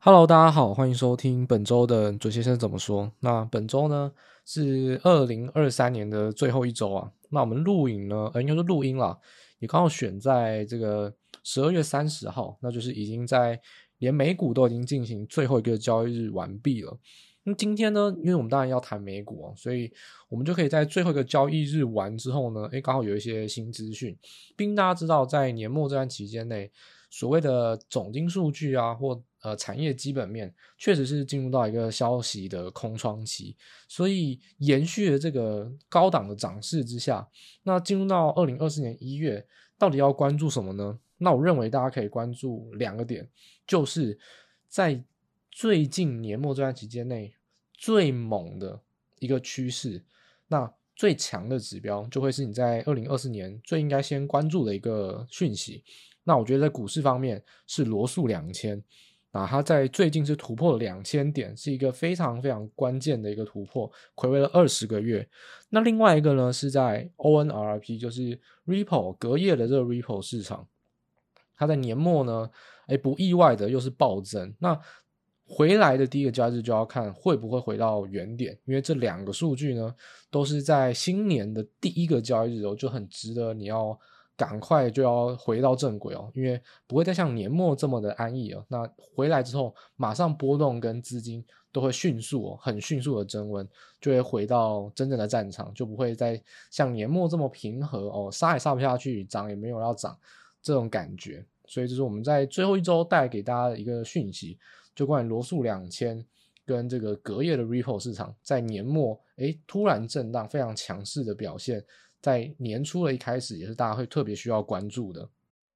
Hello，大家好，欢迎收听本周的准先生怎么说。那本周呢是2023年的最后一周啊。那我们录影呢，应该说录音啦，也刚好选在这个12月30号，那就是已经在连美股都已经进行最后一个交易日完毕了。那今天呢，因为我们当然要谈美股哦，所以我们就可以在最后一个交易日完之后呢，刚好有一些新资讯，并大家知道在年末这段期间内，所谓的总经数据啊，或产业基本面，确实是进入到一个消息的空窗期，所以延续了这个高档的涨势之下，那进入到2024年1月，到底要关注什么呢？那我认为大家可以关注两个点，就是在最近年末这段期间内最猛的一个趋势，那最强的指标就会是你在2024年最应该先关注的一个讯息。那我觉得在股市方面是罗素2000，它在最近是突破了2000点，是一个非常非常关键的一个突破，睽违了20个月。那另外一个呢是在 ONRP， 就是 Ripple 隔夜的这个 Ripple 市场，它在年末呢不意外的又是暴增。那回来的第一个交易日就要看会不会回到原点，因为这两个数据呢都是在新年的第一个交易日就很值得你要赶快就要回到正轨因为不会再像年末这么的安逸那回来之后马上波动跟资金都会迅速很迅速的增温，就会回到真正的战场，就不会再像年末这么平和杀也杀不下去，涨也没有要涨这种感觉。所以这是我们在最后一周带给大家的一个讯息，就关于罗素2000跟这个隔夜的 Ripple 市场在年末突然震荡非常强势的表现，在年初的一开始也是大家会特别需要关注的。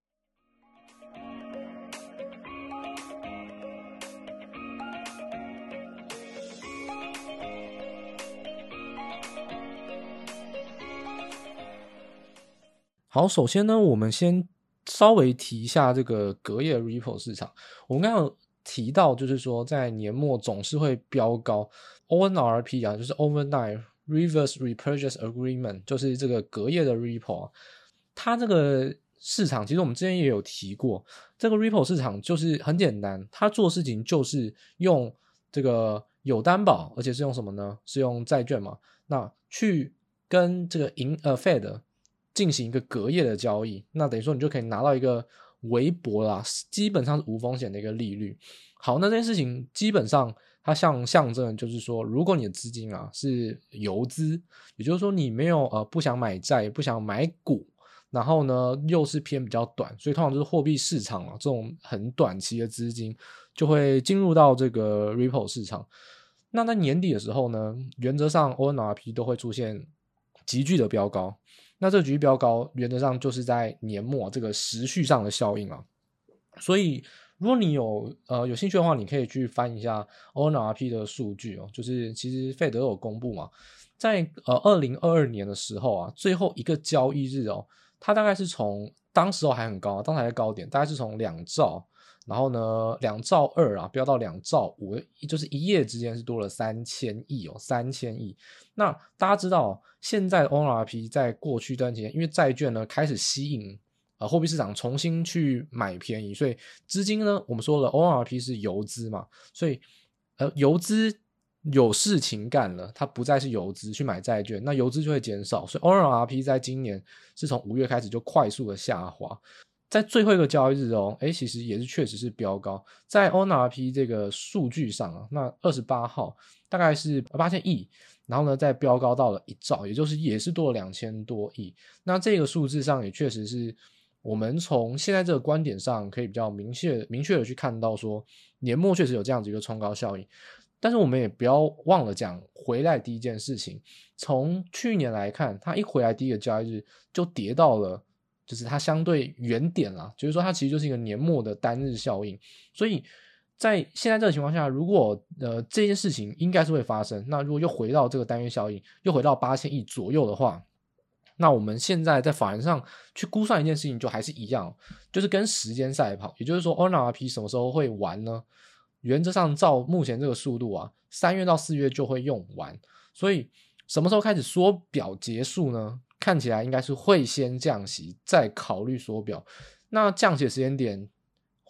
好，首先呢我们先稍微提一下这个隔夜的 Ripple 市场。我们刚刚有提到就是说在年末总是会飙高 ONRP 就是 Overnight Reverse Repurchase Agreement， 就是这个隔夜的 Ripple它这个市场其实我们之前也有提过，这个 Ripple 市场就是很简单，它做事情就是用这个有担保，而且是用什么呢？是用债券嘛，那去跟这个Fed 进行一个隔夜的交易，那等于说你就可以拿到一个微薄啦，基本上是无风险的一个利率。好，那这件事情基本上它象征的就是说，如果你的资金是游资，也就是说你没有不想买债，不想买股，然后呢又是偏比较短，所以通常就是货币市场这种很短期的资金就会进入到这个 Ripple 市场。那在年底的时候呢，原则上 ONRP 都会出现急剧的飙高，那这个急剧飙高原则上就是在年末这个时序上的效应所以如果你有兴趣的话，你可以去翻一下 ONRP 的数据就是其实费德有公布嘛，在2022年的时候最后一个交易日它大概是从当时还很高当时还在高点，大概是从2兆，然后呢2兆2飙到2兆5，就是一夜之间是多了3000亿3000亿。那大家知道现在的 ONRP 在过去一段时间因为债券呢开始吸引货币市场重新去买便宜，所以资金呢我们说了 ONRP 是游资嘛，所以游资有事情干了，它不再是游资去买债券，那游资就会减少，所以 ONRP 在今年是从5月开始就快速的下滑。在最后一个交易日其实也是确实是飙高，在 ONRP 这个数据上那28号大概是8000亿，然后呢再飙高到了1兆，也就是也是多了2000多亿。那这个数字上也确实是我们从现在这个观点上可以比较明确的去看到说年末确实有这样子一个冲高效应。但是我们也不要忘了讲回来第一件事情，从去年来看，它一回来第一个交易日就跌到了就是它相对原点就是说它其实就是一个年末的单日效应。所以在现在这个情况下，如果这件事情应该是会发生，那如果又回到这个单月效应，又回到8000亿左右的话，那我们现在在法人上去估算一件事情就还是一样，就是跟时间赛跑，也就是说 ONRP 什么时候会完呢？原则上照目前这个速度3月到4月就会用完，所以什么时候开始缩表结束呢？看起来应该是会先降息再考虑缩表，那降息的时间点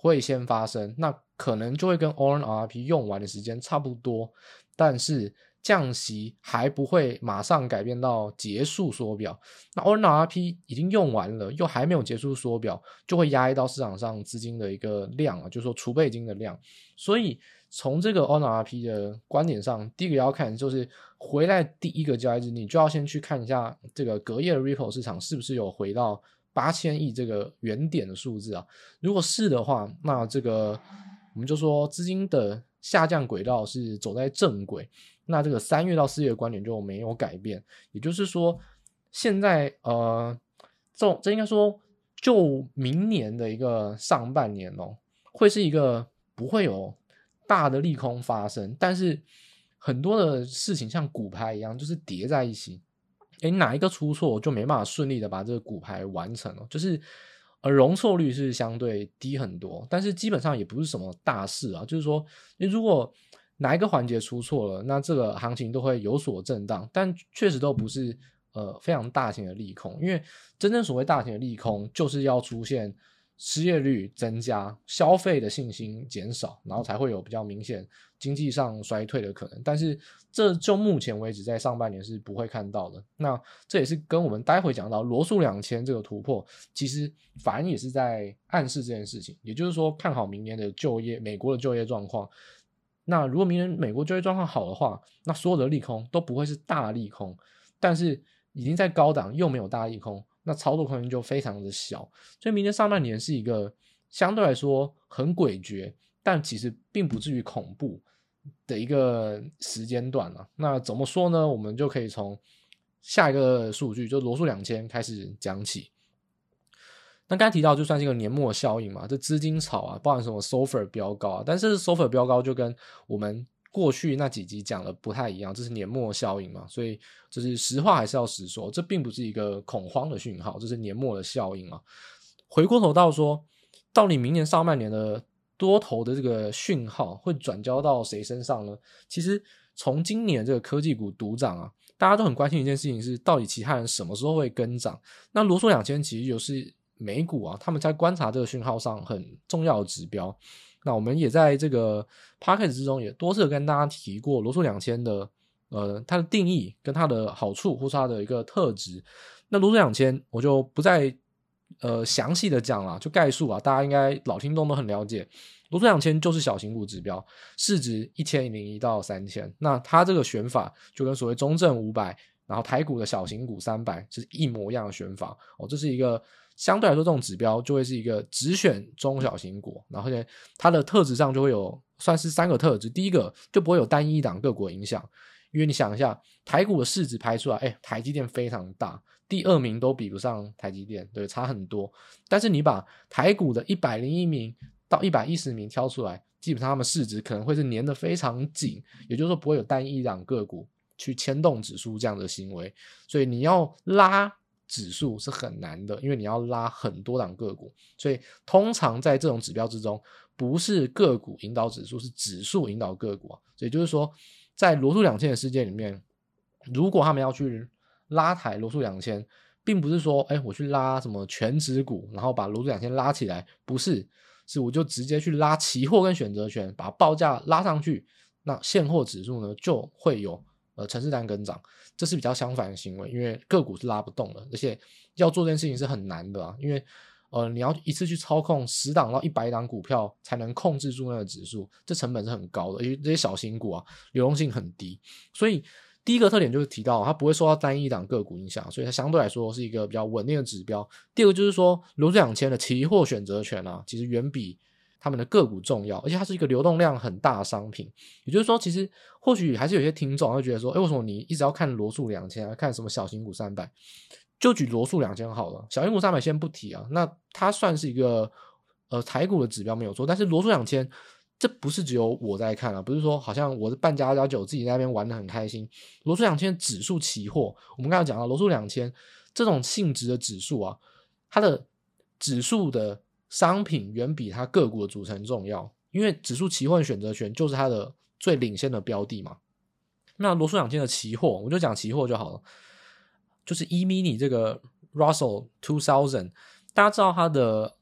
会先发生，那可能就会跟 ONRP 用完的时间差不多，但是降息还不会马上改变到结束缩表，那 ONRP 已经用完了，又还没有结束缩表，就会压抑到市场上资金的一个量啊，就是说储备金的量。所以从这个 ONRP 的观点上，第一个要看就是回来第一个交易日，你就要先去看一下这个隔夜的 Ripple 市场是不是有回到8000亿这个原点的数字啊。如果是的话，那这个我们就说资金的下降轨道是走在正轨，那这个3月到4月的观点就没有改变。也就是说现在这应该说就明年的一个上半年会是一个不会有大的利空发生，但是很多的事情像骨牌一样就是叠在一起，哪一个出错就没办法顺利的把这个骨牌完成就是容错率是相对低很多，但是基本上也不是什么大事啊，就是说如果哪一个环节出错了，那这个行情都会有所震荡，但确实都不是非常大型的利空，因为真正所谓大型的利空就是要出现失业率增加，消费的信心减少，然后才会有比较明显经济上衰退的可能，但是这就目前为止在上半年是不会看到的。那这也是跟我们待会讲到罗素2000这个突破，其实反而也是在暗示这件事情，也就是说看好明年的美国的就业状况。那如果明年美国就业状况好的话，那所有的利空都不会是大利空，但是已经在高档又没有大利空，那操作空间就非常的小，所以明年上半年是一个相对来说很诡谲，但其实并不至于恐怖的一个时间段啊。那怎么说呢？我们就可以从下一个数据，就罗素2000开始讲起。那刚才提到就算是一个年末效应嘛，这资金潮啊，包含什么 SOFR 飙高啊，但是 SOFR 飙高就跟我们过去那几集讲的不太一样，这是年末效应嘛，所以这是实话还是要实说，这并不是一个恐慌的讯号，这是年末的效应嘛。回过头到说，到底明年上半年的多头的这个讯号会转交到谁身上呢？其实从今年这个科技股独涨啊，大家都很关心一件事情是，到底其他人什么时候会跟涨？那罗素2000其实就是美股啊，他们在观察这个讯号上很重要的指标。那我们也在这个 podcast 之中也多次跟大家提过罗素2000的它的定义跟它的好处或是它的一个特质。那罗素2000我就不再详细的讲了，就概述啊，大家应该老听众都很了解。罗素2000就是小型股指标，市值1001到3000，那它这个选法就跟所谓中证500然后台股的小型股300是一模一样的选法这是一个相对来说这种指标就会是一个只选中小型股，然后它的特质上就会有算是3个特质。第一个就不会有单一档个股的影响，因为你想一下台股的市值排出来台积电非常大，第2名都比不上台积电，对，差很多。但是你把台股的101名到110名挑出来，基本上他们市值可能会是粘得非常紧，也就是说不会有单一档个股去牵动指数这样的行为，所以你要拉指数是很难的，因为你要拉很多档个股，所以通常在这种指标之中，不是个股引导指数，是指数引导个股所以就是说在罗素2000的世界里面，如果他们要去拉抬罗素2000，并不是说我去拉什么全指股然后把罗素2000拉起来，不是，是我就直接去拉期货跟选择权，把报价拉上去，那现货指数呢就会有程式单跟涨，这是比较相反的行为，因为个股是拉不动的，而且要做这件事情是很难的因为你要一次去操控10档到100档股票才能控制住那个指数，这成本是很高的，因为这些小型股流动性很低，所以第一个特点就是提到它不会受到单一档个股影响，所以它相对来说是一个比较稳定的指标。第二个就是说罗素2000的期货选择权其实远比他们的个股重要，而且它是一个流动量很大的商品。也就是说其实或许还是有些听众会觉得说为什么你一直要看罗素2000看什么小型股300，就举罗素2000好了，小型股300先不提那它算是一个台股的指标没有错，但是罗素2000这不是只有我在看不是说好像我是办家家酒自己在那边玩得很开心。罗素2000指数期货，我们刚才讲到罗素2000这种性质的指数它的指数的商品远比它个股的组成重要，因为指数期货的选择权就是它的最领先的标的嘛。那罗素2000的期货，我就讲期貨就好了，就是 E-mini 这个 Russell 2000，大家知道它的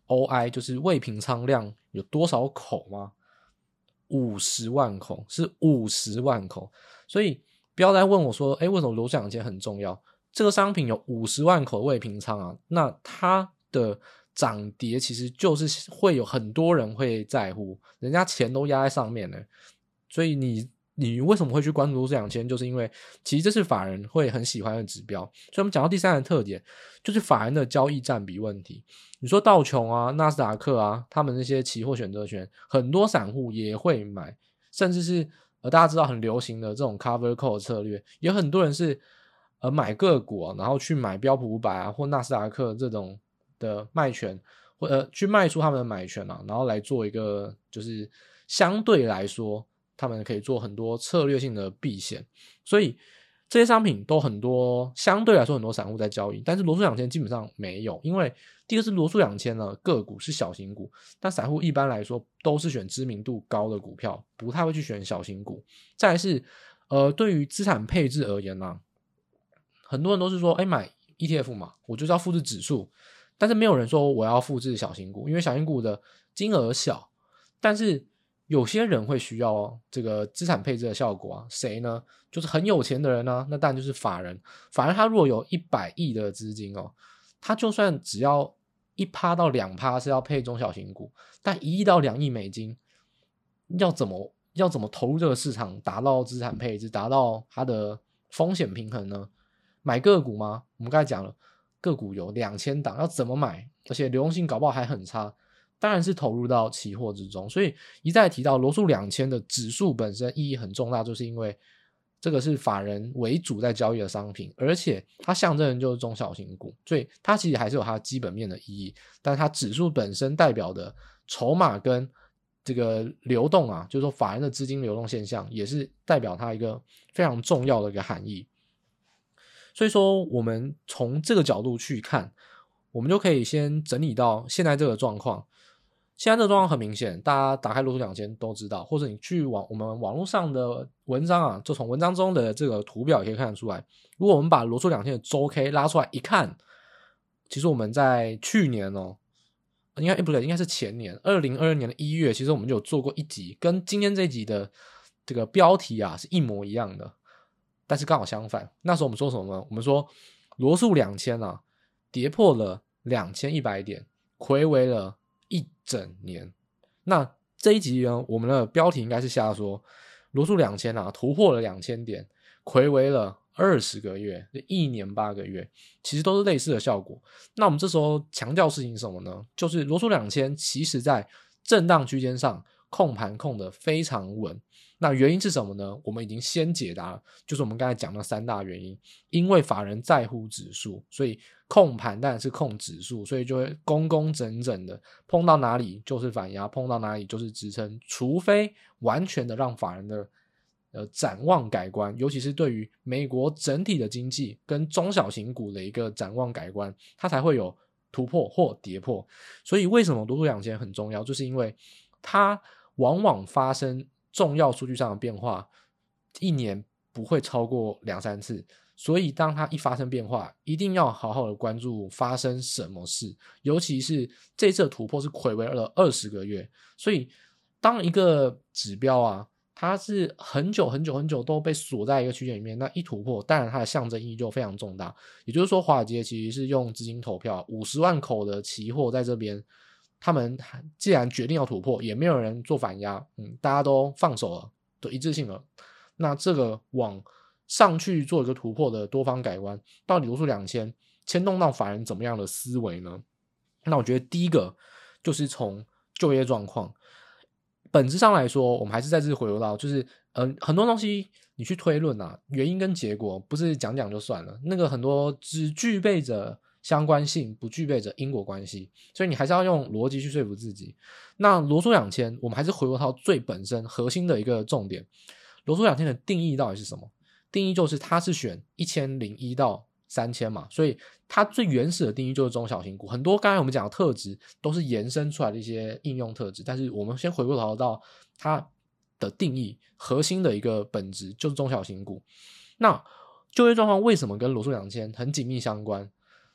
OI 就是未平仓量有多少口吗？50万口，是50万口。所以不要再问我说，为什么罗素2000很重要？这个商品有50万口未平仓啊，那它的涨跌其实就是会有很多人会在乎，人家钱都压在上面了，所以你为什么会去关注罗素2000？就是因为其实这是法人会很喜欢的指标。所以我们讲到第三个特点，就是法人的交易占比问题。你说道琼啊、纳斯达克啊，他们那些期货选择权，很多散户也会买，甚至是大家知道很流行的这种 cover call 策略，也很多人是买个股啊，然后去买标普500啊或纳斯达克这种的卖权，或去卖出他们的买权啊，然后来做一个就是相对来说他们可以做很多策略性的避险。所以这些商品都很多，相对来说很多散户在交易，但是罗素2000基本上没有。因为第一个是罗素2000呢，个股是小型股，但散户一般来说都是选知名度高的股票，不太会去选小型股。再来是对于资产配置而言啊，很多人都是说买 ETF 嘛，我就是要复制指数，但是没有人说我要复制小型股，因为小型股的金额小，但是有些人会需要这个资产配置的效果啊，谁呢？就是很有钱的人啊，那当然就是法人。法人他如果有100亿的资金哦，他就算只要1%到2%是要配中小型股，但1亿到2亿美金要怎么投入这个市场，达到资产配置，达到它的风险平衡呢？买个股吗？我们刚才讲了，个股有2000档，要怎么买？而且流动性搞不好还很差，当然是投入到期货之中。所以一再提到罗素2000的指数本身意义很重大，就是因为这个是法人为主在交易的商品，而且它象征的就是中小型股，所以它其实还是有它基本面的意义。但它指数本身代表的筹码跟这个流动啊，就是说法人的资金流动现象，也是代表它一个非常重要的一个含义。所以说我们从这个角度去看，我们就可以先整理到现在这个状况。现在这个状况很明显，大家打开罗素2000都知道，或者你去我们网络上的文章啊，就从文章中的这个图表也可以看得出来。如果我们把罗素2000的周 K 拉出来一看，其实我们在去年不对，应该是前年2022年的1月，其实我们就有做过一集，跟今天这一集的这个标题啊是一模一样的。但是刚好相反，那时候我们说什么呢？我们说罗素2000啊跌破了2100点，睽违了1整年。那这一集呢，我们的标题应该是下说罗素2000啊突破了2000点，睽违了20个月，1年8个月，其实都是类似的效果。那我们这时候强调事情是什么呢？就是罗素2000其实在震荡区间上控盘控得非常稳。那原因是什么呢？我们已经先解答了，就是我们刚才讲的3大原因。因为法人在乎指数，所以控盘当然是控指数，所以就会工工整整的，碰到哪里就是反压，碰到哪里就是支撑，除非完全的让法人的展望改观，尤其是对于美国整体的经济跟中小型股的一个展望改观，它才会有突破或跌破。所以为什么罗素2000很重要，就是因为它往往发生重要数据上的变化1年不会超过2-3次，所以当它一发生变化，一定要好好的关注发生什么事，尤其是这次的突破是睽违了20个月。所以当一个指标啊它是很久很久很久都被锁在一个区间里面，那一突破当然它的象征意义就非常重大。也就是说华尔街其实是用资金投票50万口的期货在这边，他们既然决定要突破，也没有人做反压，大家都放手了，都一致性了，那这个往上去做一个突破的多方改观，到底罗素2000牵动到法人怎么样的思维呢？那我觉得第一个就是从就业状况，本质上来说，我们还是再次回到，就是很多东西你去推论啊，原因跟结果不是讲讲就算了，那个很多只具备着相关性，不具备着因果关系，所以你还是要用逻辑去说服自己。那罗素2000，我们还是回到最本身核心的一个重点，罗素2000的定义到底是什么？定义就是它是选1001到3000嘛，所以它最原始的定义就是中小型股。很多刚才我们讲的特质都是延伸出来的一些应用特质，但是我们先回过头到它的定义，核心的一个本质就是中小型股。那就业状况为什么跟罗素2000很紧密相关？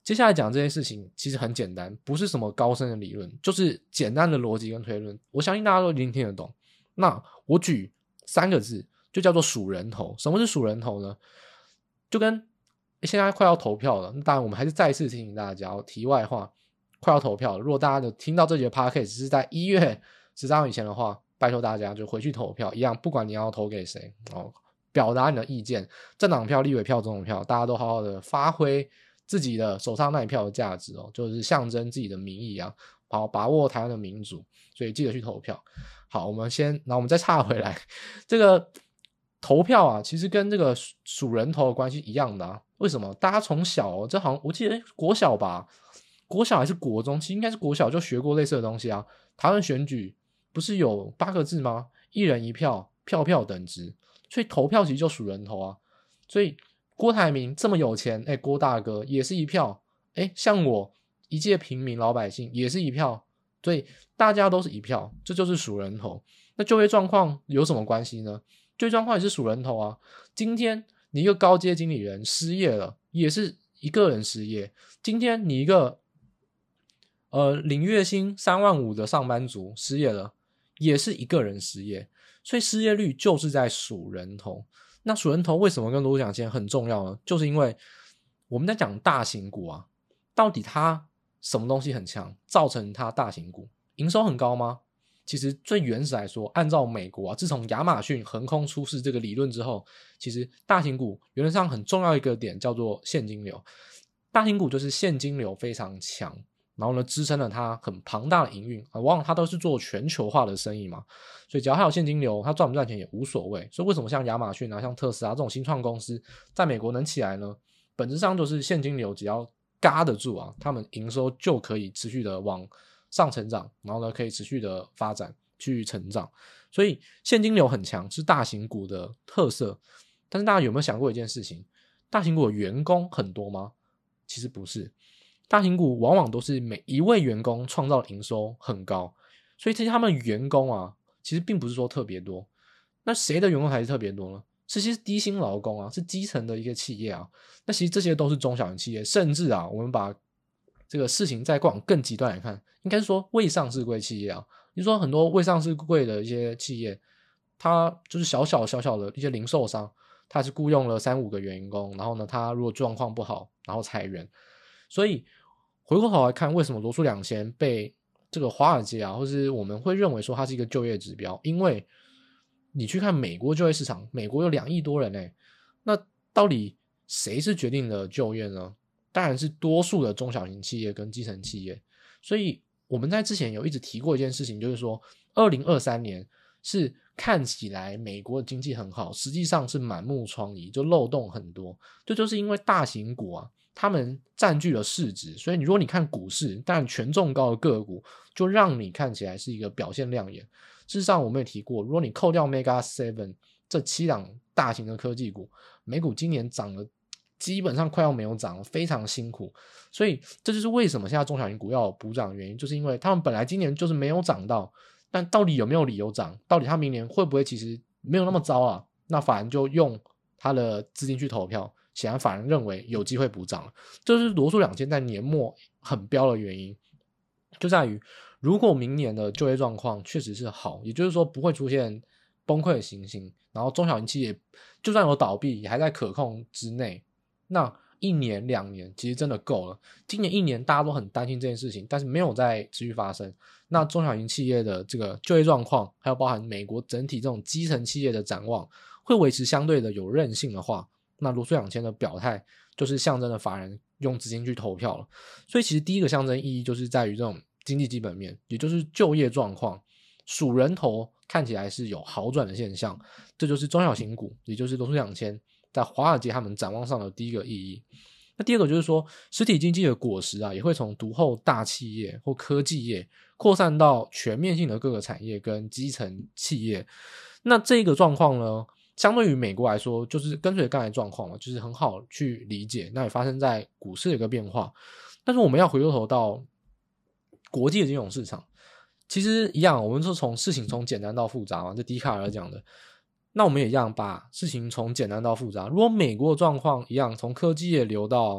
接下来讲这件事情其实很简单，不是什么高深的理论，就是简单的逻辑跟推论，我相信大家都一定听得懂。那我举3个字，就叫做数人头。什么是数人头呢？就跟现在快要投票了，当然我们还是再次提醒大家，题外话，快要投票了，如果大家有听到这节 podcast 是在1月13号以前的话，拜托大家就回去投票，一样不管你要投给谁表达你的意见，政党票、立委票、总统票，大家都好好的发挥自己的手上那一票的价值就是象征自己的民意啊，好把握台湾的民主，所以记得去投票。好，我们再岔回来，这个投票啊，其实跟这个数人头的关系一样的啊。为什么？大家从小这好像我记得国小吧，国小还是国中，其实应该是国小就学过类似的东西啊。台湾选举不是有8个字吗？一人一票，票票等值，所以投票其实就数人头啊。所以郭台铭这么有钱，郭大哥也是一票，像我一介平民老百姓也是一票，所以大家都是一票，这就是数人头。那就业状况有什么关系呢？就业状况也是数人头啊。今天你一个高阶经理人失业了，也是一个人失业。今天你一个领月薪35000的上班族失业了，也是一个人失业。所以失业率就是在数人头。那数人头为什么跟罗素奖金很重要呢？就是因为我们在讲大型股啊，到底它什么东西很强，造成它大型股营收很高吗？其实最原始来说，按照美国啊，自从亚马逊横空出世这个理论之后，其实大型股原则上很重要一个点叫做现金流。大型股就是现金流非常强，然后呢支撑了它很庞大的营运往往它都是做全球化的生意嘛，所以只要它有现金流，它赚不赚钱也无所谓。所以为什么像亚马逊啊、像特斯拉这种新创公司在美国能起来呢？本质上就是现金流只要嘎得住啊，他们营收就可以持续的往上成长，然后呢可以持续的发展去成长。所以现金流很强是大型股的特色。但是大家有没有想过一件事情，大型股的员工很多吗？其实不是，大型股往往都是每一位员工创造的营收很高，所以这些他们员工啊其实并不是说特别多。那谁的员工才是特别多呢？这些是低薪劳工啊，是基层的一个企业啊。那其实这些都是中小型企业，甚至啊我们把这个事情再往更极端来看，应该是说未上市柜企业啊。你说很多未上市柜的一些企业，它就是小小的一些零售商，他是雇佣了3-5个员工，然后呢他如果状况不好然后裁员。所以回过头来看，为什么罗素2000被这个华尔街啊，或是我们会认为说它是一个就业指标？因为你去看美国就业市场，美国有2亿多人那到底谁是决定了就业呢？当然是多数的中小型企业跟基层企业。所以我们在之前有一直提过一件事情，就是说2023年是看起来美国的经济很好，实际上是满目疮痍，就漏洞很多。这就是因为大型股啊他们占据了市值，所以如果你看股市，当然权重高的个股就让你看起来是一个表现亮眼。事实上我们也提过，如果你扣掉 Mega 7这7档大型的科技股，美股今年涨了基本上快要没有涨了，非常辛苦。所以这就是为什么现在中小型股要有补涨的原因，就是因为他们本来今年就是没有涨到，但到底有没有理由涨，到底他明年会不会其实没有那么糟啊，那法人就用他的资金去投票，显然法人认为有机会补涨了。这就是罗素2000在年末很飙的原因，就在于如果明年的就业状况确实是好，也就是说不会出现崩溃的情形，然后中小型企业就算有倒闭也还在可控之内，那1年2年其实真的够了。今年1年大家都很担心这件事情，但是没有再持续发生。那中小型企业的这个就业状况，还有包含美国整体这种基层企业的展望会维持相对的有韧性的话，那罗素2000的表态就是象征了法人用资金去投票了。所以其实第一个象征意义就是在于这种经济基本面，也就是就业状况，数人头看起来是有好转的现象，这就是中小型股，也就是罗素2000在华尔街他们展望上的第一个意义。那第二个就是说，实体经济的果实啊，也会从独厚大企业或科技业扩散到全面性的各个产业跟基层企业。那这个状况呢，相对于美国来说，就是跟随刚才状况嘛，就是很好去理解。那也发生在股市的一个变化。但是我们要回过头到国际的金融市场，其实一样，我们说从事情从简单到复杂嘛，这笛卡尔讲的。那我们也一样把事情从简单到复杂。如果美国的状况一样，从科技业流到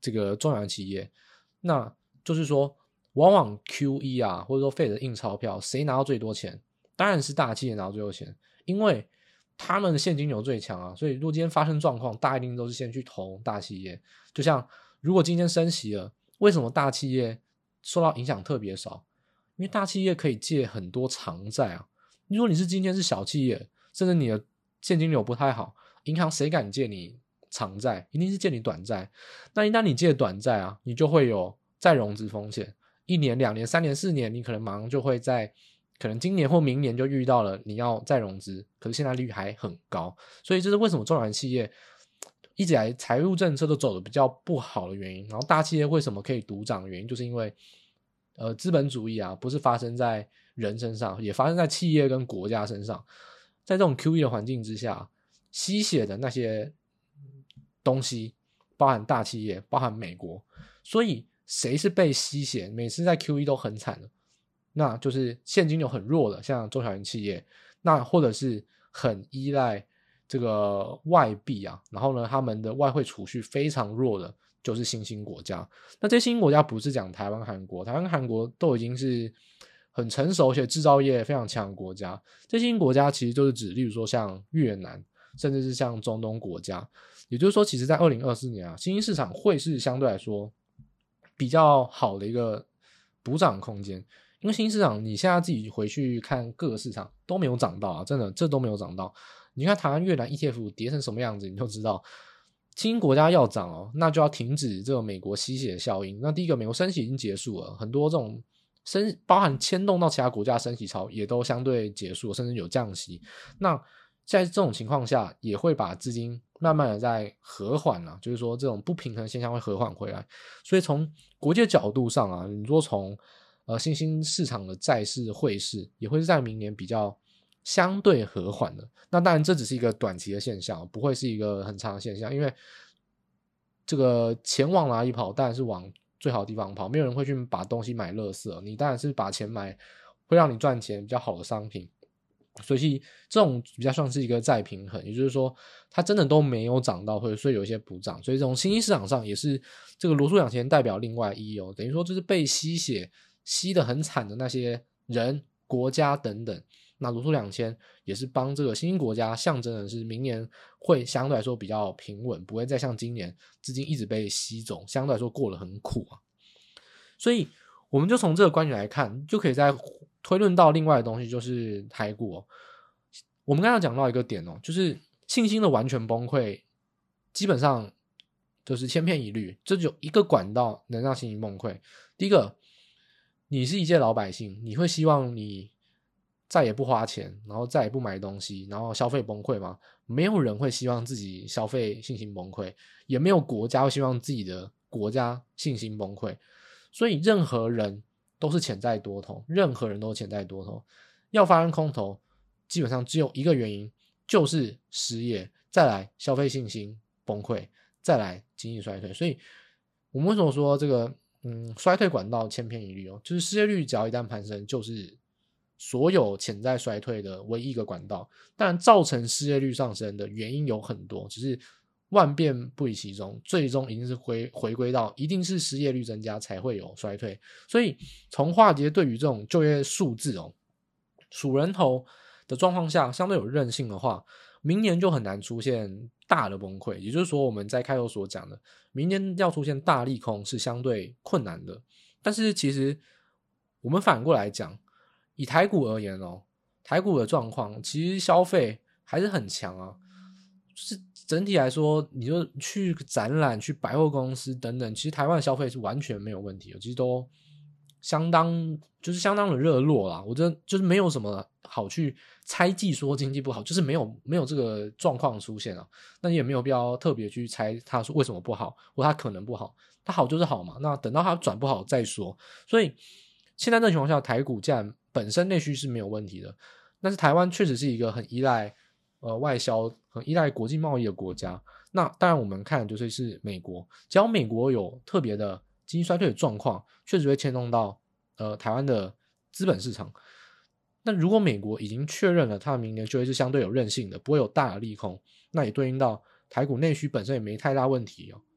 这个中小型企业，那就是说往往 QE 啊，或者说Fed的印钞票，谁拿到最多钱？当然是大企业拿到最多钱，因为他们的现金流最强啊，所以如果今天发生状况，大家一定都是先去投大企业。就像如果今天升息了，为什么大企业受到影响特别少？因为大企业可以借很多长债啊。如果你是今天是小企业，甚至你的现金流不太好，银行谁敢借你长债？一定是借你短债。那一旦你借短债啊，你就会有再融资风险，1年、2年、3年、4年，你可能马上就会可能今年或明年就遇到了你要再融资，可是现在利率还很高，所以这是为什么中小型企业一直以来财务政策都走的比较不好的原因。然后大企业为什么可以独涨的原因，就是因为资本主义啊，不是发生在人身上，也发生在企业跟国家身上。在这种 QE 的环境之下，吸血的那些东西包含大企业，包含美国，所以谁是被吸血，每次在 QE 都很惨的，那就是现金流很弱的，像中小型企业，那或者是很依赖这个外币啊，然后呢他们的外汇储蓄非常弱的，就是新兴国家。那这些新兴国家不是讲台湾韩国，台湾韩国都已经是很成熟且制造业非常强的国家，这些新兴国家其实就是指例如说像越南，甚至是像中东国家。也就是说其实在2024年啊，新兴市场会是相对来说比较好的一个补涨空间。因为新兴市场你现在自己回去看各个市场都没有涨到啊，真的这都没有涨到。你看台湾越南 ETF 跌成什么样子，你就知道新兴国家要涨哦，那就要停止这个美国吸血效应。那第一个，美国升息已经结束了，很多这种包含牵动到其他国家升息潮也都相对结束了，甚至有降息。那在这种情况下，也会把资金慢慢的在和缓啊，就是说这种不平衡现象会和缓回来。所以从国际的角度上啊，你说从新兴市场的债市汇市也会是在明年比较相对和缓的。那当然这只是一个短期的现象，不会是一个很长的现象，因为这个钱往哪里跑，当然是往最好的地方跑，没有人会去把东西买垃圾，你当然是把钱买会让你赚钱比较好的商品。所以这种比较像是一个再平衡，也就是说它真的都没有涨到，或者说有一些补涨，所以这种新兴市场上也是这个罗素2000代表另外意义哦，等于说就是被吸血吸得很惨的那些人国家等等，那罗素2000也是帮这个新兴国家象征的是明年会相对来说比较平稳，不会再像今年资金一直被吸走，相对来说过得很苦啊。所以我们就从这个观点来看，就可以再推论到另外的东西，就是台股哦。我们刚刚讲到一个点哦，就是信心的完全崩溃基本上就是千篇一律，这就有一个管道能让信心崩溃。第一个，你是一介老百姓，你会希望你再也不花钱，然后再也不买东西，然后消费崩溃吗？没有人会希望自己消费信心崩溃，也没有国家会希望自己的国家信心崩溃。所以任何人都是潜在多头，任何人都是潜在多头。要发生空头，基本上只有一个原因，就是失业，再来消费信心崩溃，再来经济衰退。所以我们为什么说这个衰退管道千篇一律哦，就是失业率只要一旦攀升，就是所有潜在衰退的唯一一个管道。当然造成失业率上升的原因有很多，只是万变不离其宗，最终一定是回归到一定是失业率增加才会有衰退。所以从华尔街对于这种就业数字哦，数人头的状况下相对有韧性的话，明年就很难出现大的崩溃。也就是说我们在开头所讲的，明年要出现大利空是相对困难的。但是其实我们反过来讲，以台股而言哦，台股的状况其实消费还是很强啊，就是整体来说，你就去展览、去百货公司等等，其实台湾的消费是完全没有问题的，其实都相当的热络啦。我觉得就是没有什么好去猜忌说经济不好，就是没有这个状况出现啊。那你也没有必要特别去猜它说为什么不好，或它可能不好，它好就是好嘛。那等到它转不好再说。所以现在这情况下，台股既然本身内需是没有问题的，但是台湾确实是一个很依赖外销、很依赖国际贸易的国家。那当然我们看的就是美国，只要美国有特别的经济衰退的状况，确实会牵动到台湾的资本市场。那如果美国已经确认了它的明年就业是相对有韧性的，不会有大的利空，那也对应到台股内需本身也没太大问题哦。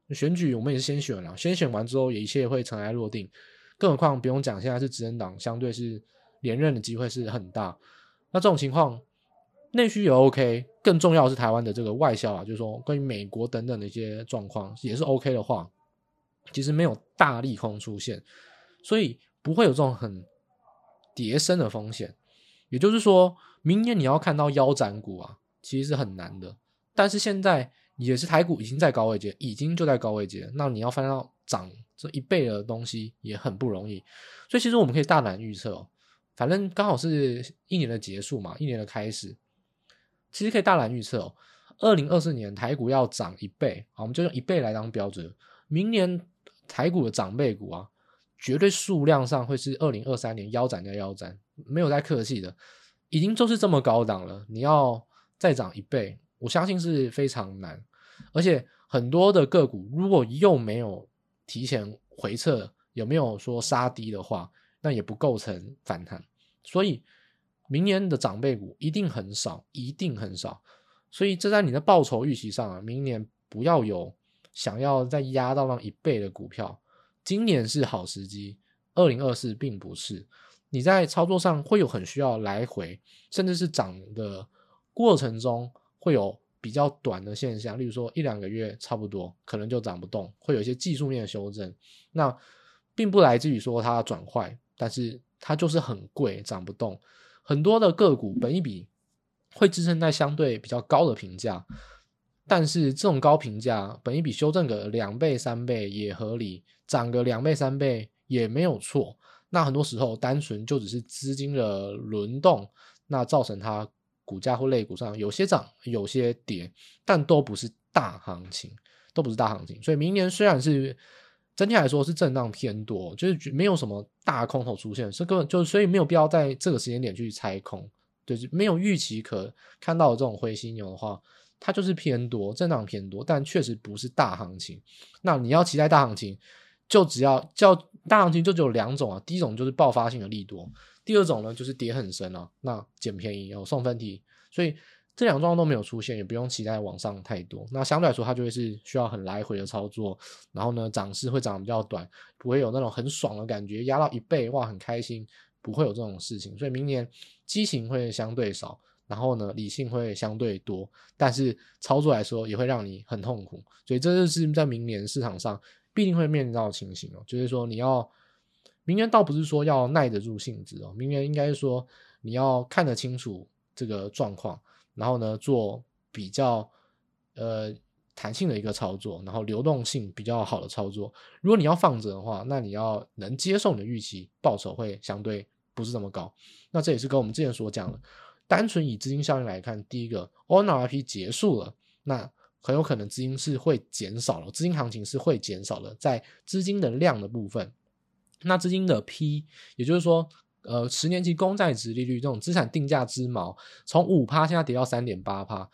选举我们也是先选了，先选完之后也一切会尘埃落定，更何况不用讲，现在是执政党，相对是连任的机会是很大。那这种情况，内需也 OK， 更重要的是台湾的这个外销就是说关于美国等等的一些状况也是 OK 的话，其实没有大利空出现，所以不会有这种很跌深的风险。也就是说，明年你要看到腰斩股其实是很难的。但是现在也是台股已经在高位阶，已经就在高位阶，那你要翻到涨这1倍的东西也很不容易。所以其实我们可以大胆预测反正刚好是一年的结束嘛，一年的开始，其实可以大胆预测2024年台股要涨1倍，我们就用1倍来当标准。明年台股的长辈股绝对数量上会是2023年腰斩加腰斩，没有在客气的，已经就是这么高档了，你要再涨1倍，我相信是非常难。而且很多的个股如果又没有提前回测，有没有说杀低的话，那也不构成反弹。所以明年的长辈股一定很少，一定很少。所以这在你的报酬预期上明年不要有想要再压到那1倍的股票。今年是好时机，2024并不是。你在操作上会有很需要来回，甚至是涨的过程中会有比较短的现象，例如说1-2个月差不多可能就涨不动，会有一些技术面的修正。那并不来自于说它转坏，但是它就是很贵，涨不动。很多的个股本益比会支撑在相对比较高的评价，但是这种高评价本益比修正个2倍3倍也合理，涨个2倍3倍也没有错。那很多时候单纯就只是资金的轮动，那造成它股价或类股上有些涨有些跌，但都不是大行情，都不是大行情。所以明年虽然是整体来说是震荡偏多，就是没有什么大空头出现，是根本就所以没有必要在这个时间点去拆空。对，没有预期可看到的这种灰犀牛的话，它就是偏多，震荡偏多，但确实不是大行情。那你要期待大行情，就只要叫大行情就只有2种第一种就是爆发性的利多，第二种呢就是跌很深那捡便宜送分题。所以这2种状况都没有出现，也不用期待往上太多。那相对来说它就会是需要很来回的操作，然后呢涨势会涨得比较短，不会有那种很爽的感觉，压到1倍哇很开心，不会有这种事情。所以明年激情会相对少，然后呢理性会相对多，但是操作来说也会让你很痛苦。所以这就是在明年市场上必定会面临到的情形就是说你要明年倒不是说要耐得住性子明年应该是说你要看得清楚这个状况，然后呢做比较弹性的一个操作，然后流动性比较好的操作。如果你要放着的话，那你要能接受你的预期，报酬会相对不是这么高。那这也是跟我们之前所讲的，单纯以资金效应来看，第一个 ONRP 结束了，那很有可能资金是会减少了，资金行情是会减少的，在资金的量的部分。那资金的 P 也就是说10年期公债殖利率这种资产定价之锚从 5% 现在跌到 3.8%，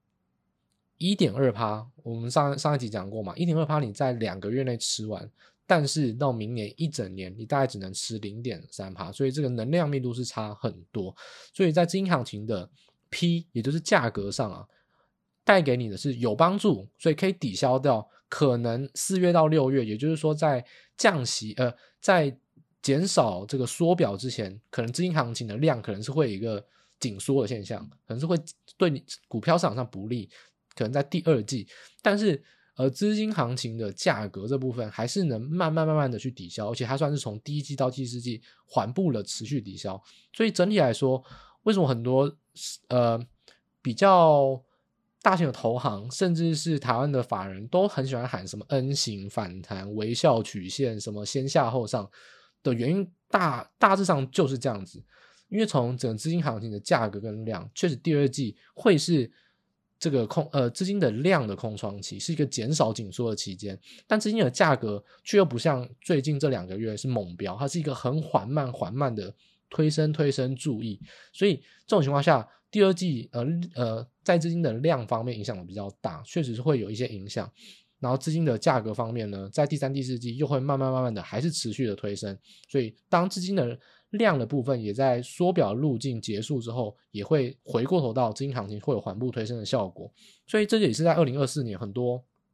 1.2%， 我们上一集讲过嘛， 1.2% 你在2个月内吃完，但是到明年一整年你大概只能吃 0.3%， 所以这个能量密度是差很多。所以在资金行情的 P 也就是价格上带给你的是有帮助，所以可以抵消掉可能4月到6月，也就是说在降息在减少这个缩表之前，可能资金行情的量可能是会有一个紧缩的现象，可能是会对你股票市场上不利，可能在第2季。但是资金行情的价格这部分还是能慢慢的去抵消，而且它算是从第1季到第4季缓步的持续抵消。所以整体来说，为什么很多比较大型的投行甚至是台湾的法人都很喜欢喊什么 N 型反弹、微笑曲线，什么先下后上的原因大致上就是这样子。因为从整个资金行情的价格跟量，确实第2季会是这个资金的量的空窗期，是一个减少紧缩的期间，但资金的价格却又不像最近这2个月是猛飙，它是一个很缓慢的推升注意。所以这种情况下，第2季在资金的量方面影响的比较大，确实是会有一些影响。然后资金的价格方面呢，在第3、第4季又会慢慢的还是持续的推升。所以当资金的量的部分也在缩表路径结束之后，也会回过头到资金行情会有缓步推升的效果。所以这也是在2024年很多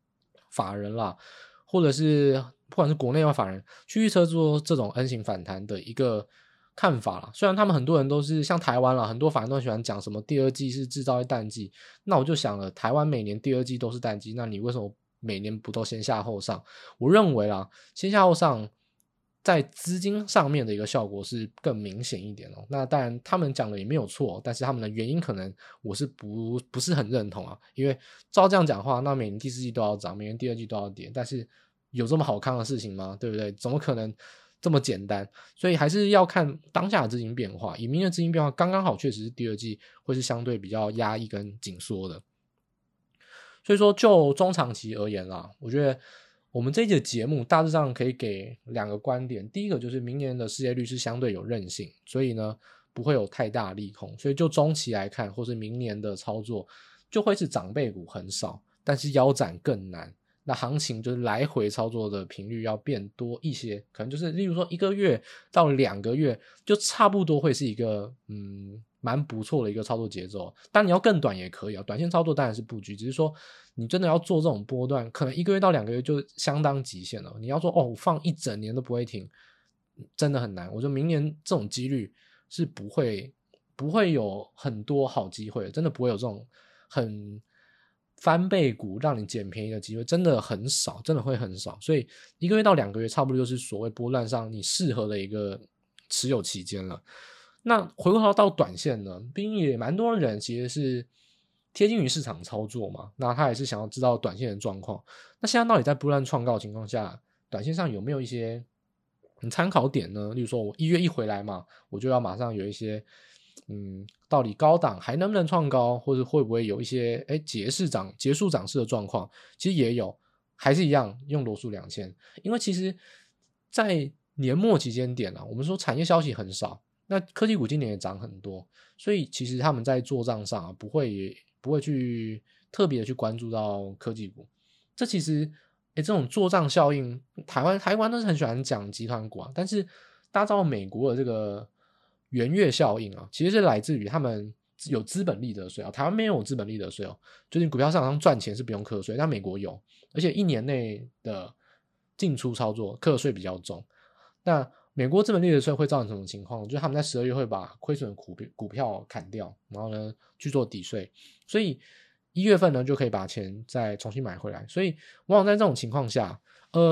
法人啦，或者是不管是国内外法人去预测做这种 N 型反弹的一个看法啦。虽然他们很多人都是像台湾啦，很多法人都喜欢讲什么第二季是制造业淡季，那我就想了，台湾每年第二季都是淡季，那你为什么每年不都先下后上？我认为啦，先下后上在资金上面的一个效果是更明显一点哦。那当然他们讲的也没有错，但是他们的原因可能我是不是很认同啊。因为照这样讲的话，那每年第四季都要涨，每年第二季都要跌，但是有这么好看的事情吗？对不对？怎么可能这么简单？所以还是要看当下的资金变化。以明年的资金变化刚刚好，确实是第二季会是相对比较压抑跟紧缩的。所以说就中长期而言啦，我觉得我们这一集的节目大致上可以给2个观点。第一个就是明年的失业率是相对有韧性，所以呢不会有太大利空，所以就中期来看，或是明年的操作就会是长辈股很少，但是腰斩更难。那行情就是来回操作的频率要变多一些，可能就是例如说1个月到2个月就差不多会是一个蛮不错的一个操作节奏。当然你要更短也可以啊，短线操作当然是布局，只是说你真的要做这种波段，可能1个月到2个月就相当极限了。你要说我放1整年都不会停，真的很难。我觉得明年这种几率是不会有很多好机会，真的不会有这种很翻倍股让你捡便宜的机会，真的很少，真的会很少。所以1个月到2个月差不多就是所谓波段上你适合的一个持有期间了。那回过头到短线呢，毕竟也蛮多人其实是贴近于市场操作嘛，那他也是想要知道短线的状况。那现在到底在不断创高的情况下，短线上有没有一些参考点呢？例如说我1月一回来嘛，我就要马上有一些到底高档还能不能创高，或者会不会有一些结束涨势的状况，其实也有，还是一样用罗素2000。因为其实在年末期间点啊，我们说产业消息很少，那科技股今年也涨很多，所以其实他们在做账上不会去特别的去关注到科技股。这其实这种做账效应，台湾都是很喜欢讲集团股啊，但是大家知道美国的这个元月效应啊，其实是来自于他们有资本利得税啊，台湾没有资本利得税哦。最近股票市场上赚钱是不用课税，但美国有，而且1年内的进出操作课税比较重。那美国资本利得税会造成什么情况？就是他们在12月会把亏损股票砍掉，然后呢去做抵税，所以1月份呢就可以把钱再重新买回来。所以往往在这种情况下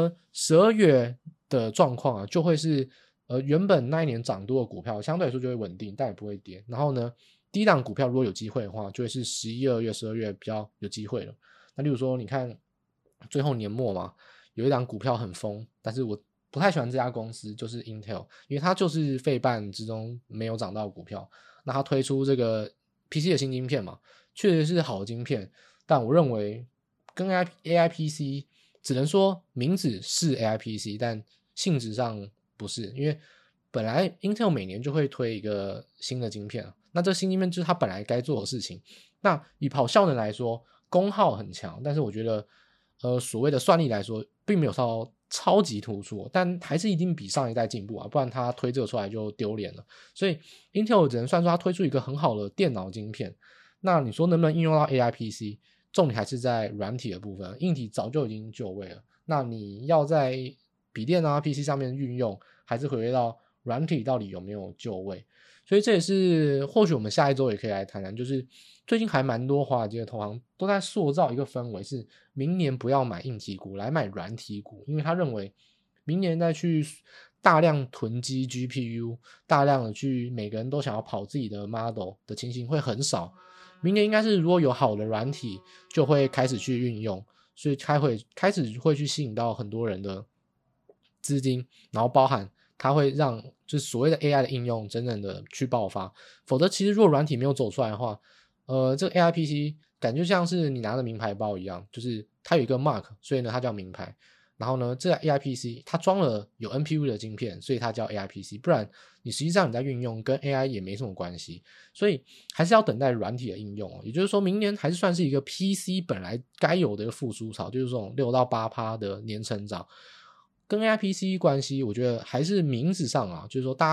，12月的状况啊，就会是原本那一年涨多的股票相对来说就会稳定，但也不会跌。然后呢，低档股票如果有机会的话，就会是11、2月、12月比较有机会了。那例如说，你看最后年末嘛，有一档股票很疯，但是我不太喜欢这家公司，就是 Intel， 因为它就是费半之中没有涨到的股票。那它推出这个 PC 的新晶片嘛，确实是好的晶片，但我认为跟 AI PC 只能说名字是 AI PC， 但性质上不是，因为本来 Intel 每年就会推一个新的晶片啊，那这新晶片就是它本来该做的事情。那以跑效能来说，功耗很强，但是我觉得所谓的算力来说并没有到超级突出，但还是一定比上一代进步啊，不然它推这个出来就丢脸了。所以 Intel 只能算说它推出一个很好的电脑晶片，那你说能不能应用到 AI PC， 重点还是在软体的部分，硬体早就已经就位了，那你要在笔电啊 PC 上面运用，还是回归到软体到底有没有就位。所以这也是或许我们下一周也可以来谈谈，就是最近还蛮多华尔街的投行都在塑造一个氛围，是明年不要买硬体股，来买软体股，因为他认为明年再去大量囤积 GPU， 大量的去每个人都想要跑自己的 model 的情形会很少。明年应该是如果有好的软体就会开始去运用，所以开始会去吸引到很多人的资金，然后包含它会让就是所谓的 AI 的应用真正的去爆发。否则其实如果软体没有走出来的话，这个 AI PC 感觉像是你拿的名牌包一样，就是它有一个 mark， 所以呢它叫名牌。然后呢这个 AI PC 它装了有 NPU 的晶片，所以它叫 AI PC， 不然你实际上你在运用跟 AI 也没什么关系。所以还是要等待软体的应用，也就是说明年还是算是一个 PC 本来该有的一个复苏潮，就是这种6到8%的年成长。跟 AI PC 关系我觉得还是名字上啊，就是说大家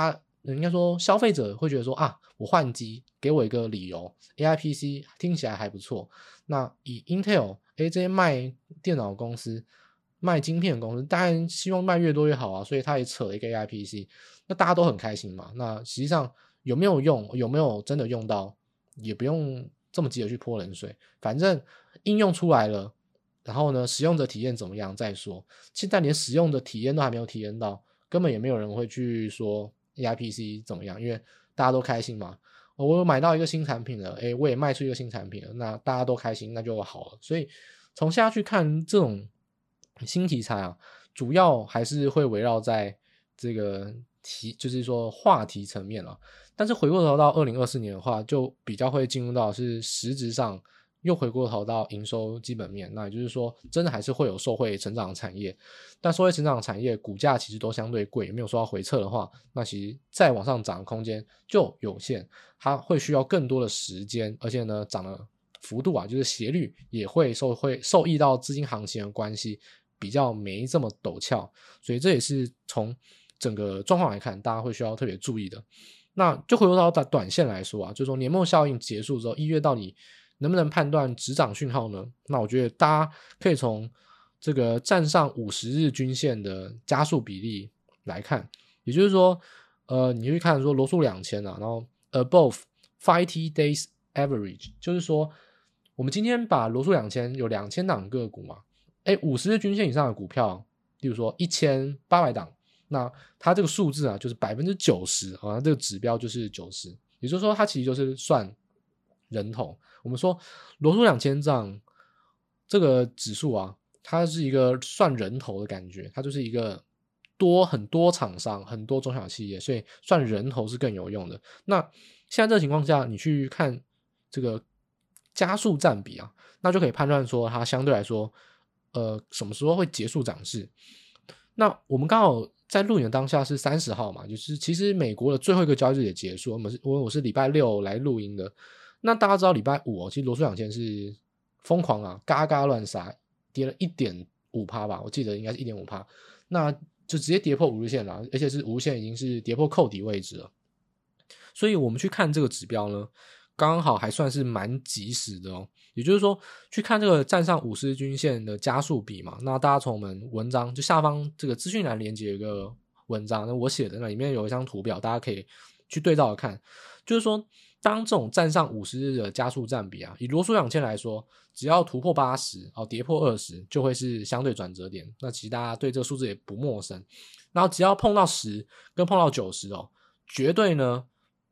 应该说消费者会觉得说啊，我换机给我一个理由 ，AI PC 听起来还不错。那以 Intel 这些卖电脑公司、卖晶片的公司，当然希望卖越多越好啊，所以他也扯了一个 AI PC，那大家都很开心嘛。那实际上有没有用，有没有真的用到，也不用这么急的去泼冷水，反正应用出来了。然后呢，使用者体验怎么样再说。现在连使用的体验都还没有体验到，根本也没有人会去说 AIPC 怎么样，因为大家都开心嘛。我有买到一个新产品了，我也卖出一个新产品了，那大家都开心，那就好了。所以从现在去看这种新题材啊，主要还是会围绕在这个就是说话题层面了。但是回过头到2024年的话，就比较会进入到是实质上。又回过头到营收基本面，那也就是说真的还是会有受惠成长的产业，但受惠成长的产业股价其实都相对贵，没有受到回撤的话，那其实再往上涨的空间就有限，它会需要更多的时间，而且呢涨的幅度啊，就是斜率也会受益到资金行情的关系，比较没这么陡峭，所以这也是从整个状况来看，大家会需要特别注意的。那就回到短线来说啊，就是说年末效应结束之后，1月到底能不能判断止涨讯号呢？那我觉得大家可以从这个站上50日均线的加速比例来看，也就是说，你去看说罗素2000啊，然后 above 50 days average， 就是说我们今天把罗素2000有2000档个股嘛，50日均线以上的股票，例如说1800档，那它这个数字啊就是 90% 啊，这个指标就是90%，也就是说它其实就是算人头。我们说罗素2000这个指数啊，它是一个算人头的感觉，它就是一个很多厂商很多中小企业，所以算人头是更有用的。那现在这个情况下，你去看这个加速占比啊，那就可以判断说它相对来说什么时候会结束涨势。那我们刚好在录影的当下是30号嘛，就是其实美国的最后一个交易日也结束，我是礼拜6来录音的。那大家知道礼拜5其实罗素2000是疯狂啊，嘎嘎乱杀，跌了 1.5% 吧，我记得应该是 1.5%， 那就直接跌破5日线了，而且是5日线已经是跌破扣底位置了。所以我们去看这个指标呢，刚好还算是蛮及时的哦。也就是说，去看这个站上50日均线的加速比嘛，那大家从我们文章就下方这个资讯栏连接有一个文章，那我写的那里面有一张图表，大家可以去对照看，就是说当这种站上50日的加速占比啊，以罗素2000来说，只要突破80跌破20就会是相对转折点，那其实大家对这个数字也不陌生。然后只要碰到10跟碰到90绝对呢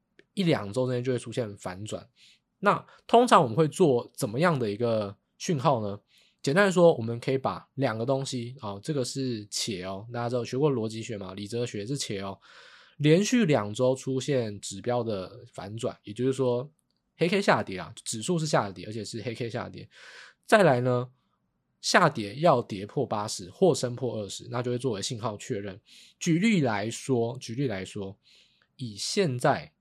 1-2周之内就会出现反转。那通常我们会做怎么样的一个讯号呢？简单来说，我们可以把两个东西这个是且大家知道学过逻辑学嘛，理哲学是且连续2周出现指标的反转，也就是说黑 K 下跌啊，指数是下跌，而且是黑 K 下跌。再来呢，下跌要跌破80或升破20，那就会作为信号确认。举例来说，以现在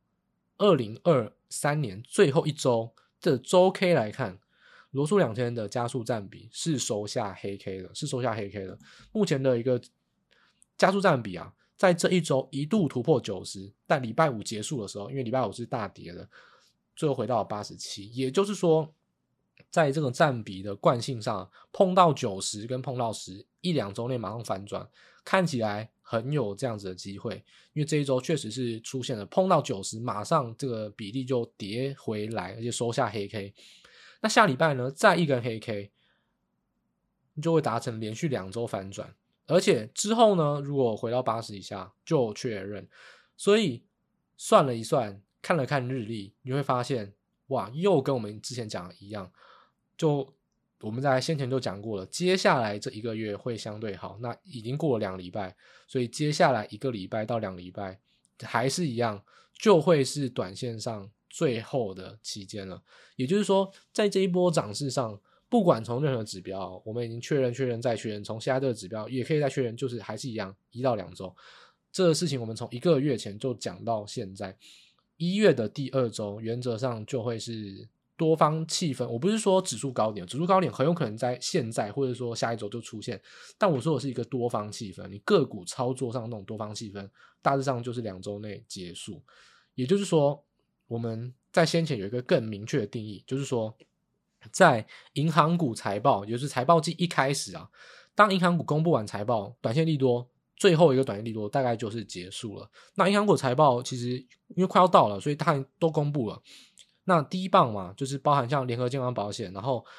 2023年最后一周的周 K 来看，罗素2000的加速占比是收下黑 K 的，目前的一个加速占比啊，在这一周一度突破90，但礼拜5结束的时候，因为礼拜5是大跌的，最后回到了87，也就是说在这个占比的惯性上，碰到90跟碰到10 1-2周内马上反转，看起来很有这样子的机会，因为这一周确实是出现了碰到90马上这个比例就跌回来，而且收下黑 K。 那下礼拜呢再一根黑 K 就会达成连续2周反转，而且之后呢如果回到80以下就确认。所以算了一算，看了看日历，你会发现哇，又跟我们之前讲的一样，就我们在先前就讲过了，接下来这1个月会相对好，那已经过了2礼拜，所以接下来1个礼拜到2礼拜还是一样，就会是短线上最后的期间了。也就是说在这一波涨势上，不管从任何指标，我们已经确认再确认，从现在这个指标也可以再确认，就是还是一样1到2周。这个事情我们从1个月前就讲到现在，1月的第2周原则上就会是多方气氛，我不是说指数高点，指数高点很有可能在现在或者说下一周就出现，但我说的是一个多方气氛，你个股操作上那种多方气氛，大致上就是2周内结束。也就是说，我们在先前有一个更明确的定义，就是说，在银行股财报，也就是财报季一开始啊，当银行股公布完财报，短线利多，最后一个短线利多大概就是结束了。那银行股财报其实因为快要到了，所以它都公布了。那第一棒嘛，就是包含像联合健康保险，然后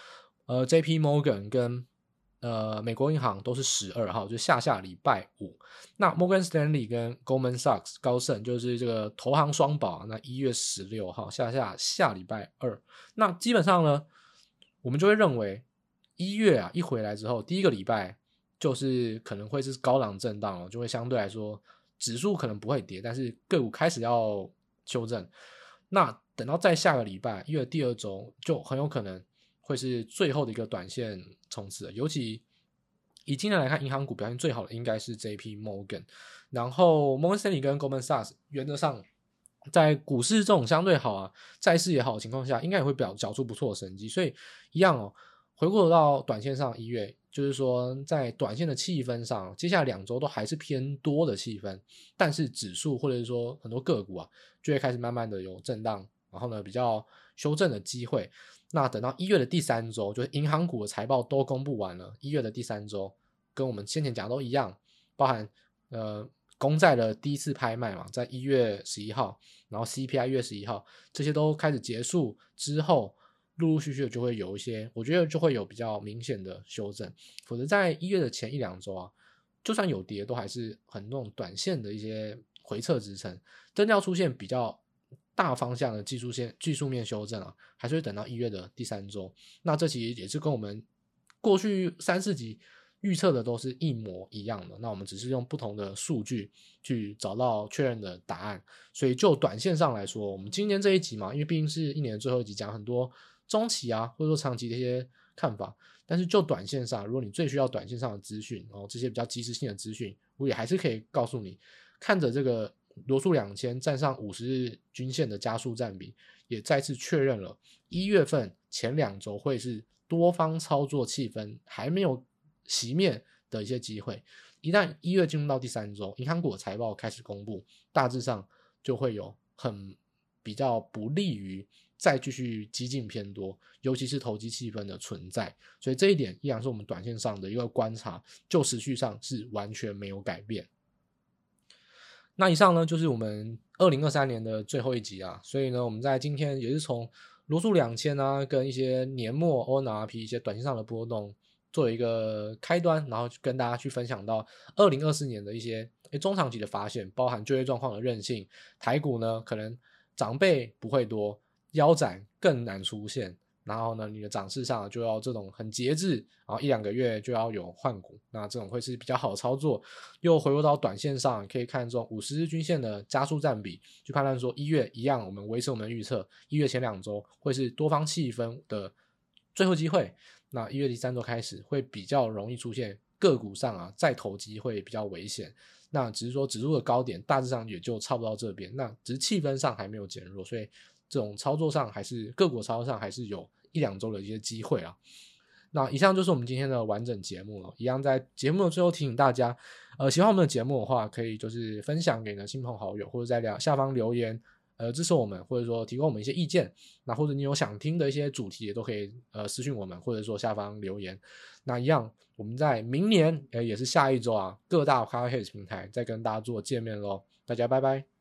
JP Morgan 跟美国银行都是12号，就下礼拜五。那 Morgan Stanley 跟 Goldman Sachs 高盛就是这个投行双宝，那1月16号下礼拜二。那基本上呢，我们就会认为1月啊一回来之后，第一个礼拜就是可能会是高档震荡就会相对来说指数可能不会跌，但是个股开始要修正。那等到再下个礼拜1月第2周，就很有可能会是最后的一个短线冲刺了。尤其以今年来看，银行股表现最好的应该是 JP Morgan， 然后 Morgan Stanley 跟 Goldman Sachs 原则上在股市这种相对好债市也好的情况下，应该也会缴出不错的成绩。所以一样回过到短线上1月，就是说在短线的气氛上，接下来2周都还是偏多的气氛，但是指数或者是说很多个股就会开始慢慢的有震荡，然后呢比较修正的机会。那等到1月的第3周，就是银行股的财报都公布完了，1月的第3周跟我们先前讲的都一样，包含公债的第一次拍卖嘛，在1月11号，然后 CPI 1月11号，这些都开始结束之后，陆陆续续的就会有一些，我觉得就会有比较明显的修正。否则在1月的前1-2周就算有跌，都还是很那种短线的一些回撤支撑，真的要出现比较大方向的技术面修正还是会等到1月的第3周。那这其实也是跟我们过去3-4集预测的都是一模一样的，那我们只是用不同的数据去找到确认的答案。所以就短线上来说，我们今年这一集嘛，因为毕竟是1年的最后一集，讲很多中期或者说长期的一些看法，但是就短线上，如果你最需要短线上的资讯这些比较即时性的资讯，我也还是可以告诉你，看着这个罗素2000站上50日均线的加速占比，也再次确认了1月份前2周会是多方操作气氛还没有熄灭的一些机会。一旦1月进入到第3周，银行股的财报开始公布，大致上就会有很比较不利于再继续激进偏多，尤其是投机气氛的存在。所以这一点依然是我们短线上的一个观察，就时序上是完全没有改变。那以上呢就是我们2023年的最后一集所以呢我们在今天也是从罗素2000跟一些年末 ONRP 一些短线上的波动做一个开端，然后跟大家去分享到2024年的一些中长期的发现，包含就业状况的韧性，台股呢可能长辈不会多，腰斩更难出现，然后呢你的涨势上就要这种很节制，然后1-2个月就要有换股，那这种会是比较好的操作。又回落到短线上，可以看这种50日均线的加速占比，去判断说1月一样，我们维持我们的预测，1月前2周会是多方气氛的最后机会。那1月第3周开始会比较容易出现个股上再投机会比较危险。那只是说指数的高点大致上也就差不多到这边，那只是气氛上还没有减弱，所以这种操作上还是个股操作上还是有1-2周的一些机会那以上就是我们今天的完整节目了。一样在节目的最后提醒大家，喜欢我们的节目的话，可以就是分享给你的亲朋好友，或者在下方留言支持我们，或者说提供我们一些意见。那或者你有想听的一些主题也都可以私讯我们，或者说下方留言。那一样我们在明年也是下一周各大 Podcast 平台再跟大家做见面咯。大家拜拜。